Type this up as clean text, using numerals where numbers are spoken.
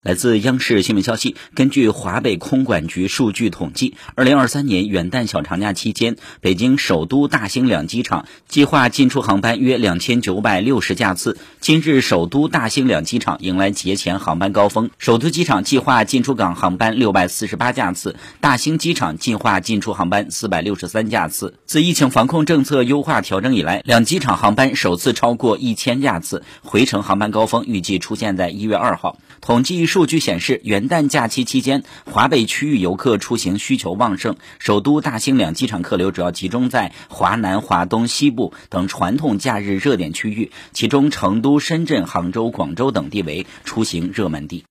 来自央视新闻消息，根据华北空管局数据统计，2023年元旦小长假期间，北京首都大兴两机场计划进出航班约2960架次。今日首都大兴两机场迎来节前航班高峰，首都机场计划进出港航班648架次，大兴机场计划进出航班463架次。自疫情防控政策优化调整以来，两机场航班首次超过1000架次，回程航班高峰预计出现在1月2号。统计数据显示，元旦假期期间，华北区域游客出行需求旺盛，首都大兴两机场客流主要集中在华南、华东、西部等传统假日热点区域，其中成都、深圳、杭州、广州等地为出行热门地。